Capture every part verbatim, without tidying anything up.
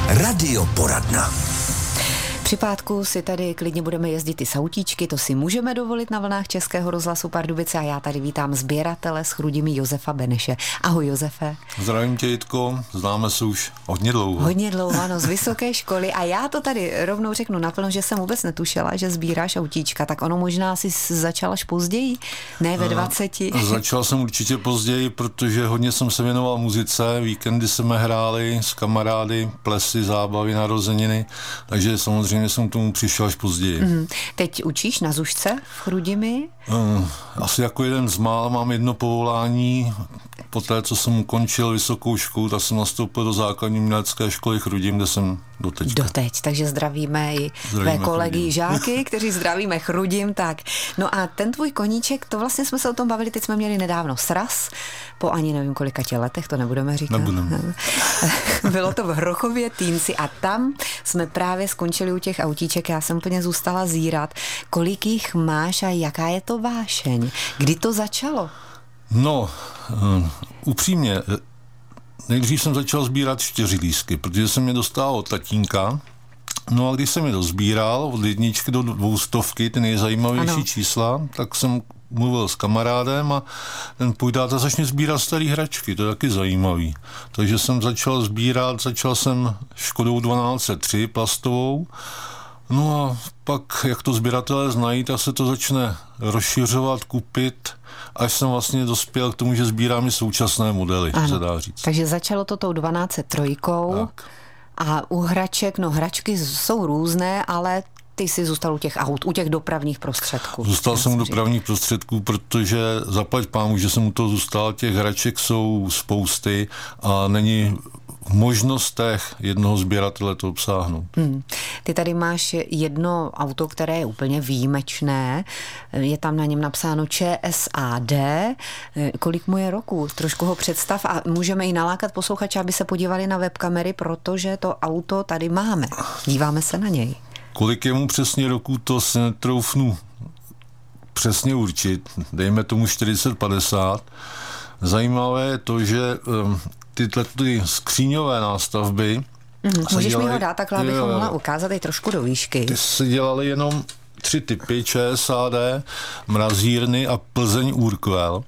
Radioporadna. Při pátku si tady klidně budeme jezdit i s autíčky, to si můžeme dovolit na vlnách Českého rozhlasu Pardubice a já tady vítám sběratele s Chrudimi Josefa Beneše. Ahoj Josefe. Zdravím tě, Jitko, známe se už hodně dlouho. Hodně dlouho, ano, z vysoké školy a já to tady rovnou řeknu naplno, že jsem vůbec netušila, že sbíráš autíčka, tak ono možná si začal až později, ne ve dvaceti. Začal jsem určitě později, protože hodně jsem se věnoval muzice, víkendy jsme hráli s kamarády, plesy, zábavy, narozeniny, takže samozřejmě jsem k tomu přišel až později. Mm. Teď učíš na Zušce v Chrudimi? Uh, asi jako jeden z mála mám jedno povolání. Poté, co jsem ukončil vysokou školu, tak jsem nastoupil do základní umělecké školy Chrudim, kde jsem doteď. Doteď, takže zdravíme i tvé kolegy Chrudim. Žáky, kteří zdravíme Chrudim, tak. No a ten tvůj koníček, to vlastně jsme se o tom bavili, teď jsme měli nedávno sraz, po ani nevím kolika tě letech, to nebudeme říkat. Nebudeme. Bylo to v Hrochově Týnci a tam jsme právě skončili u těch autíček, já jsem úplně zůstala zírat. Kolik jich máš a jaká je to vášeň? Kdy to začalo? No, uh, upřímně, nejdřív jsem začal sbírat čtyřilístky, protože jsem je dostal od tatínka. No a když jsem je dozbíral od jedničky do dvoustovky, ty nejzajímavější ano. čísla, tak jsem mluvil s kamarádem a ten půjdáte začne sbírat starý hračky, to je taky zajímavý. Takže jsem začal sbírat, začal jsem Škodou dvanáct set tři plastovou, no a pak, jak to sběratelé znají, tak se to začne rozšiřovat, kupit, až jsem vlastně dospěl k tomu, že sbírám i současné modely, ano. se dá říct. Takže začalo to tou dvanáct set tři tak. A u hraček, no hračky jsou různé, ale ty jsi zůstal u těch aut, u těch dopravních prostředků. Zůstal jsem u dopravních prostředků, protože zaplať pámu, že jsem u toho zůstal, těch hraček jsou spousty a není v možnostech jednoho sběratele to obsáhnout. Hmm. Ty tady máš jedno auto, které je úplně výjimečné. Je tam na něm napsáno ČSAD. Kolik mu je roku? Trošku ho představ a můžeme i nalákat posluchače, aby se podívali na webkamery, protože to auto tady máme. Díváme se na něj. Kolik je mu přesně roku, to se netroufnu přesně určit. Dejme tomu čtyřicet padesát. Zajímavé je to, že um, tyhle ty skříňové nástavby... Mm, můžeš dělaly, mi ho dát takhle, abychom mohla ukázat i trošku do výšky. Ty se dělaly jenom tři typy, ČSAD, Mrazírny a Plzeň Urquell.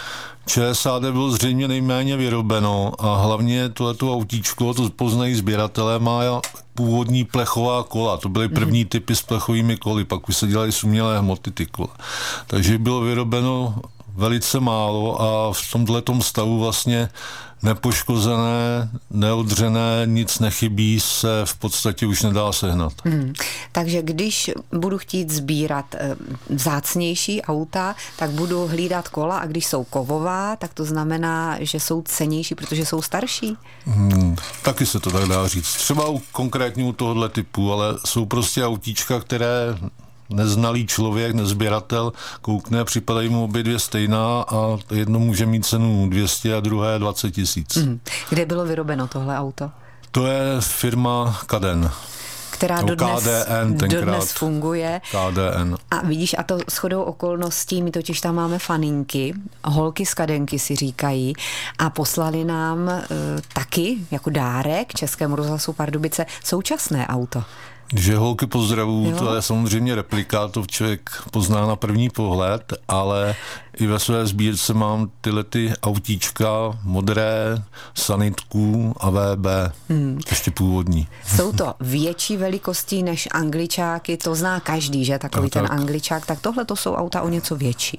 ČSAD bylo zřejmě nejméně vyrobeno a hlavně tohleto autíčko, to poznají sběratelé, má původní plechová kola. To byly první typy s plechovými koly, pak už se dělaly z umělé hmoty ty kola. Takže bylo vyrobeno velice málo a v tomhletom stavu vlastně nepoškozené, neodřené, nic nechybí, se v podstatě už nedá sehnat. Hmm. Takže když budu chtít sbírat e, vzácnější auta, tak budu hlídat kola a když jsou kovová, tak to znamená, že jsou cennější, protože jsou starší? Hmm, taky se to tak dá říct. Třeba u konkrétně u tohohle typu, ale jsou prostě autíčka, které neznalý člověk, nezběratel, koukne, připadají mu obě dvě stejná a jedno může mít cenu dvě stě a druhé dvacet tisíc. Mm. Kde bylo vyrobeno tohle auto? To je firma Caden. Která no, dodnes, K D N dodnes funguje. K D N. A vidíš, a to shodou okolností, my totiž tam máme faninky, holky z Kadenky si říkají, a poslali nám e, taky jako dárek Českému rozhlasu Pardubice současné auto. Že holky pozdravuju, jo. To je samozřejmě replika, to člověk pozná na první pohled, ale i ve své sbírce mám tyhle ty autíčka modré, sanitku a V B, hmm. ještě původní. Jsou to větší velikostí než angličáky, to zná každý, že takový tak, ten tak. angličák, tak tohle to jsou auta o něco větší.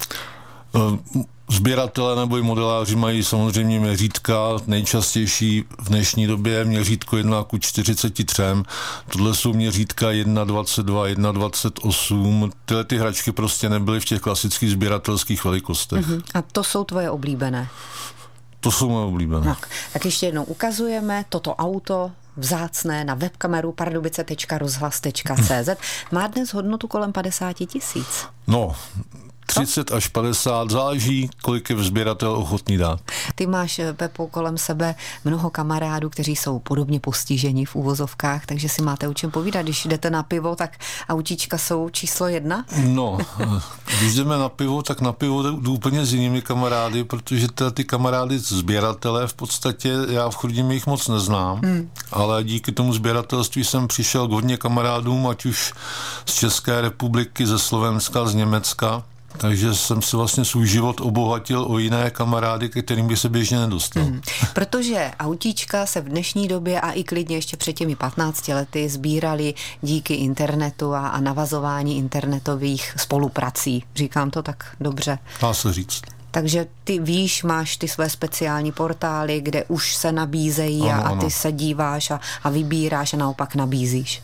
Sběratele nebo i modeláři mají samozřejmě měřítka, nejčastější v dnešní době měřítko jedna ku čtyřiceti třem, tohle jsou měřítka jedna dvacet dva, jedna dvacet osm, tyhle ty hračky prostě nebyly v těch klasických sběratelských velikostech. Uh-huh. A to jsou tvoje oblíbené? To jsou moje oblíbené. Tak, tak ještě jednou ukazujeme toto auto vzácné na webkameru pardubice tečka rozhlas tečka cé zet. Má dnes hodnotu kolem padesát tisíc. No, třicet až padesát, záleží, kolik je sběratel ochotný dát. Ty máš, Pepo, kolem sebe mnoho kamarádů, kteří jsou podobně postiženi v úvozovkách, takže si máte o čem povídat. Když jdete na pivo, tak autíčka jsou číslo jedna? No, když jdeme na pivo, tak na pivo jdu úplně s jinými kamarády, protože teda ty kamarády sběratele v podstatě, já v Chrudimi jich moc neznám, hmm. ale díky tomu sběratelství jsem přišel k hodně kamarádům, ať už z České republiky, ze Slovenska, z Německa. Takže jsem si vlastně svůj život obohatil o jiné kamarády, ke kterým by se běžně nedostal. Hmm. Protože autíčka se v dnešní době a i klidně ještě před těmi patnácti lety sbírali díky internetu a, a navazování internetových spoluprací. Říkám to tak dobře? Dá se říct. Takže ty víš, máš ty své speciální portály, kde už se nabízejí ano, a, a ty ano. se díváš a, a vybíráš a naopak nabízíš.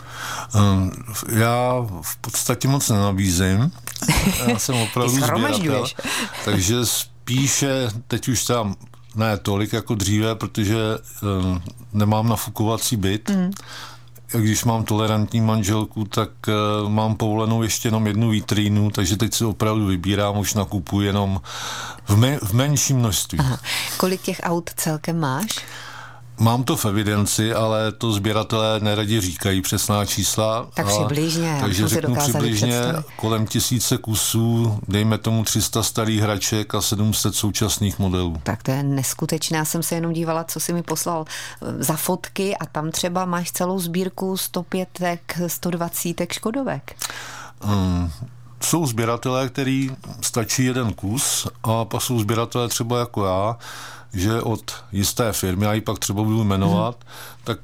Um, já v podstatě moc nenabízím. Já jsem opravdu sběratel. Takže spíše, teď už tam ne tolik jako dříve, protože um, nemám nafukovací byt. Mm. Když mám tolerantní manželku, tak uh, mám povolenou ještě jenom jednu vitrínu, takže teď si opravdu vybírám, už nakupuji jenom v, me- v menším množství. Aha. Kolik těch aut celkem máš? Mám to v evidenci, ale to sběratelé neradi říkají přesná čísla. Tak přibližně. Takže řeknu přibližně kolem tisíce kusů, dejme tomu tři sta starých hraček a sedm set současných modelů. Tak to je neskutečné. Já jsem se jenom dívala, co jsi mi poslal za fotky a tam třeba máš celou sbírku sto pětek, sto dvacítek Škodovek. Hmm. Jsou sběratelé, který stačí jeden kus a pak jsou sběratelé třeba jako já, že od jisté firmy, já ji pak třeba budu jmenovat, hmm. tak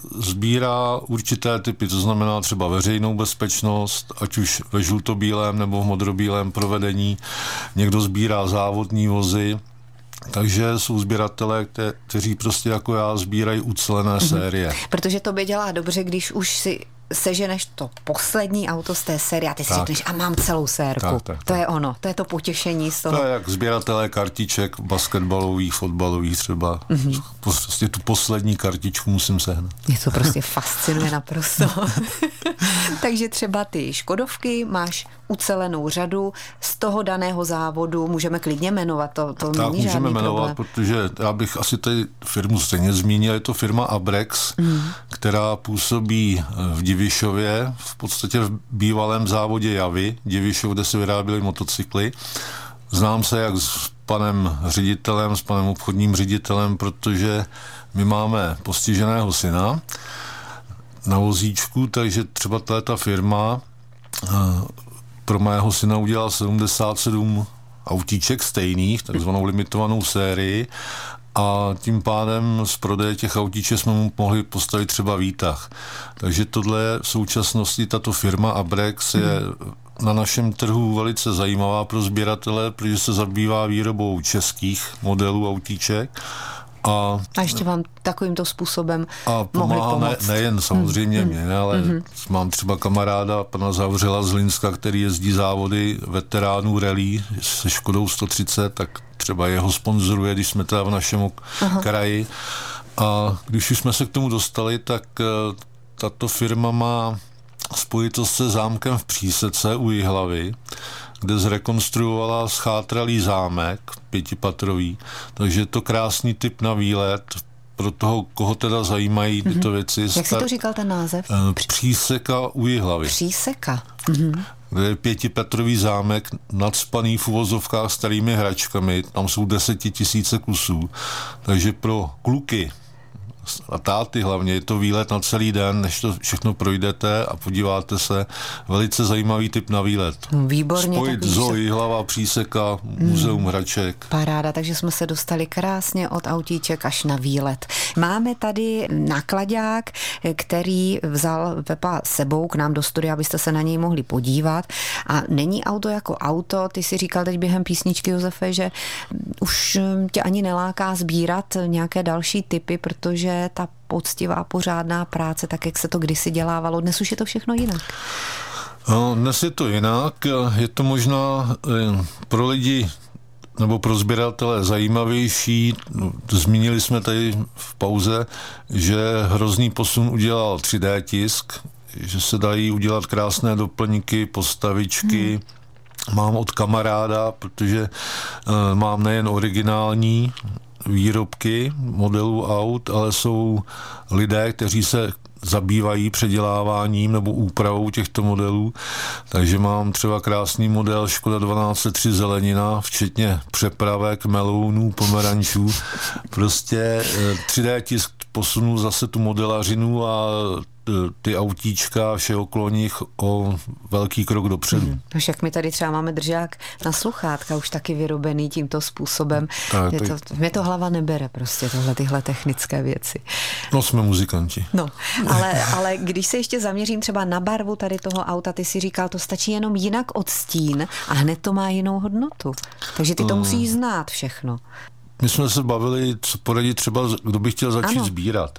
sbírá určité typy, to znamená třeba veřejnou bezpečnost, ať už ve žlutobílém nebo v modrobílém provedení. Někdo sbírá závodní vozy, takže jsou sběratelé, kte- kteří prostě jako já sbírají ucelené hmm. série. Protože to by dělá dobře, když už si seženeš to poslední auto z té série a ty si tak. řekneš, a mám celou sérku. Tak, tak, to tak. je ono, to je to potěšení z toho. To je jak sběratelé kartiček basketbalových, fotbalových třeba. Mm-hmm. Prostě tu poslední kartičku musím sehnat. Mě to prostě fascinuje naprosto. Takže třeba ty Škodovky máš ucelenou řadu z toho daného závodu, můžeme klidně jmenovat, to, to tak, není žádný jmenovat, problém. Protože já bych asi tady firmu stejně zmínil, je to firma Abrex, mm. která působí v Divišově, v podstatě v bývalém závodě Javy, Divišov, kde se vyráběly motocykly. Znám se jak s panem ředitelem, s panem obchodním ředitelem, protože my máme postiženého syna na vozíčku, takže třeba tato firma pro mého syna udělala sedmdesát sedm autíček stejných, takzvanou limitovanou sérii, a tím pádem z prodeje těch autíček jsme mu mohli postavit třeba výtah. Takže tohle v současnosti tato firma Abrex je na našem trhu velice zajímavá pro sběratele, protože se zabývá výrobou českých modelů autíček. A, a ještě vám takovýmto způsobem a mohli pomoct. Ne, nejen samozřejmě hmm. mě, ale hmm. mám třeba kamaráda, pana Zavřela z Linska, který jezdí závody veteránů rally se Škodou sto třicet, tak třeba jeho sponzoruje, když jsme teda v našem Aha. kraji. A když už jsme se k tomu dostali, tak tato firma má spojitost se zámkem v Přísece u Jihlavy, kde zrekonstruovala schátralý zámek, pětipatrový, takže je to krásný tip na výlet pro toho, koho teda zajímají tyto mm-hmm. věci. Jak Star... jsi to říkal ten název? Příseka u Jihlavy. Příseka. Mm-hmm. Kde je pětipatrový zámek nacpaný v uvozovkách starými hračkami, tam jsou desetitisíce kusů, takže pro kluky a táty hlavně je to výlet na celý den, než to všechno projdete a podíváte se. Velice zajímavý tip na výlet. Výborně. Spojit zoo, Jihlava, Příseka, muzeum hmm. hraček. Paráda, takže jsme se dostali krásně od autíček až na výlet. Máme tady náklaďák, který vzal Pepa sebou k nám do studia, abyste se na něj mohli podívat. A není auto jako auto. Ty si říkal teď během písničky, Josefe, že už tě ani neláká sbírat nějaké další typy, protože ta poctivá, pořádná práce, tak jak se to kdysi dělávalo. Dnes už je to všechno jinak. No, dnes je to jinak. Je to možná pro lidi nebo pro sběratele zajímavější. Zmínili jsme tady v pauze, že hrozný posun udělal tři dé tisk, že se dají udělat krásné doplňky, postavičky, mám od kamaráda, protože uh, mám nejen originální výrobky modelů aut, ale jsou lidé, kteří se zabývají předěláváním nebo úpravou těchto modelů. Takže mám třeba krásný model Škoda dvanáct set tři zelenina, včetně přepravek, melounů, pomerančů. Prostě tři dé tisk posunul zase tu modelařinu a ty autíčka, vše okolo nich o velký krok dopředu. Hmm. No však my tady třeba máme držák na sluchátka, už taky vyrobený tímto způsobem. Tak, to, mě to hlava nebere prostě, tohle tyhle technické věci. No jsme muzikanti. No, ale, ale když se ještě zaměřím třeba na barvu tady toho auta, ty si říkal, to stačí jenom jinak odstín a hned to má jinou hodnotu. Takže ty to musíš znát všechno. My jsme se bavili, co poradit třeba, kdo by chtěl začít ano. sbírat.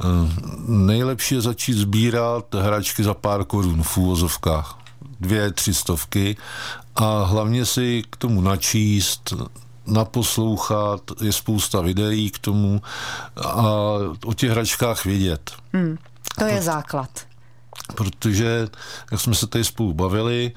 Nejlepší je začít sbírat hračky za pár korun v úvozovkách. Dvě, tři stovky a hlavně si k tomu načíst, naposlouchat, je spousta videí k tomu a o těch hračkách vědět. Hmm, to je základ. Protože, jak jsme se tady spolu bavili,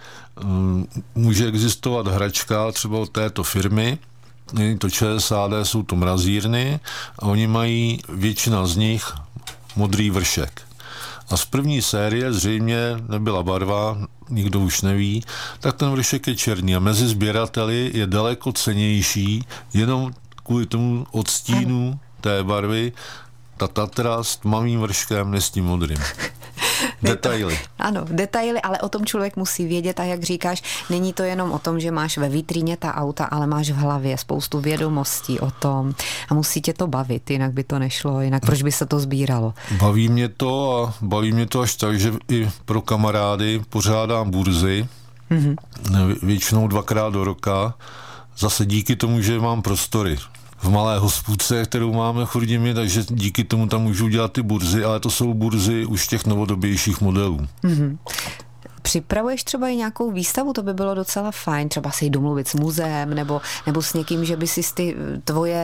může existovat hračka třeba od této firmy, není to ČSAD, jsou to mrazírny a oni mají, většina z nich, modrý vršek. A z první série zřejmě nebyla barva, nikdo už neví, tak ten vršek je černý a mezi sběrateli je daleko cennější jenom kvůli tomu odstínu té barvy ta Tatra s tmavým vrškem, ne s tím modrým. Detaily. Ano, detaily, ale o tom člověk musí vědět a jak říkáš, není to jenom o tom, že máš ve vitríně ta auta, ale máš v hlavě spoustu vědomostí o tom a musí tě to bavit, jinak by to nešlo, jinak proč by se to sbíralo? Baví mě to a baví mě to až tak, že i pro kamarády pořádám burzy, mm-hmm. většinou dvakrát do roka, zase díky tomu, že mám prostory v malé hospůdce, kterou máme v Chrudimi, takže díky tomu tam můžu dělat ty burzy, ale to jsou burzy už těch novodobějších modelů. Mm-hmm. Připravuješ třeba i nějakou výstavu, to by bylo docela fajn, třeba si ji domluvit s muzeem nebo, nebo s někým, že by si ty tvoje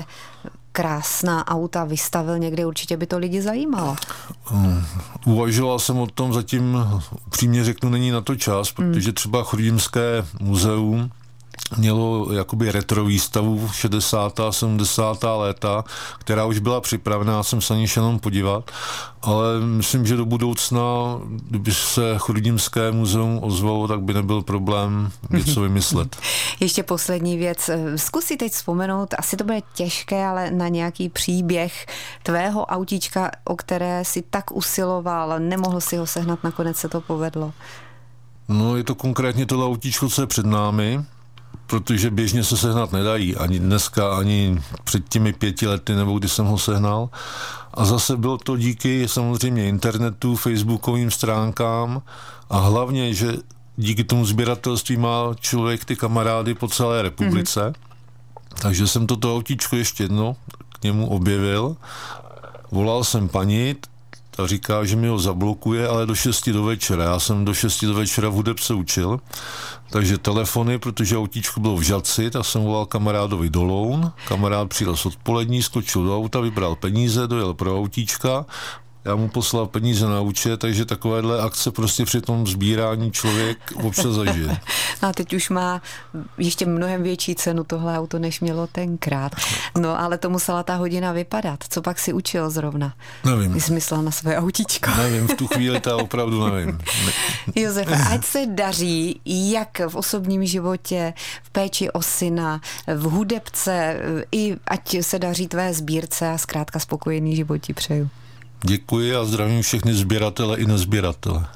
krásná auta vystavil někde, určitě by to lidi zajímalo. Um, uvažoval jsem o tom, zatím upřímně řeknu, není na to čas, protože třeba Chrudimské muzeum mělo jakoby retro výstavu šedesátá sedmdesátá léta, která už byla připravená, jsem se ani jenom podívat, ale myslím, že do budoucna, kdyby se Chrudimské muzeum ozvalo, tak by nebyl problém něco vymyslet. Ještě poslední věc. Zkus si teď vzpomenout, asi to bude těžké, ale na nějaký příběh tvého autíčka, o které si tak usiloval, nemohl si ho sehnat, nakonec se to povedlo. No, je to konkrétně tohle autíčko, co je před námi, protože běžně se sehnat nedají, ani dneska, ani před těmi pěti lety, nebo kdy jsem ho sehnal. A zase bylo to díky samozřejmě internetu, facebookovým stránkám a hlavně, že díky tomu sběratelství má člověk ty kamarády po celé republice. Mm-hmm. Takže jsem toto autíčko ještě jedno k němu objevil. Volal jsem paní, ta říká, že mi ho zablokuje, ale do šesti do večera. Já jsem do šesti do večera v Hudebce učil, takže telefony, protože autíčko bylo v Žadci, tak jsem volal kamarádovi do Loun. Kamarád přijel z odpolední, skočil do auta, vybral peníze, dojel pro autíčka, já mu poslal peníze na účet, takže takovéhle akce prostě při tom sbírání člověk občas zažije. A teď už má ještě mnohem větší cenu tohle auto, než mělo tenkrát. No, ale to musela ta hodina vypadat. Co pak si učil zrovna? Nevím. Jsi myslel na své autíčko. Nevím, v tu chvíli to opravdu nevím. Josefe, ať se daří, jak v osobním životě, v péči o syna, v Hudebce, i ať se daří tvé sbírce a zkrátka spokojený život ti přeju. Děkuji a zdravím všechny sběratele i nezběratele.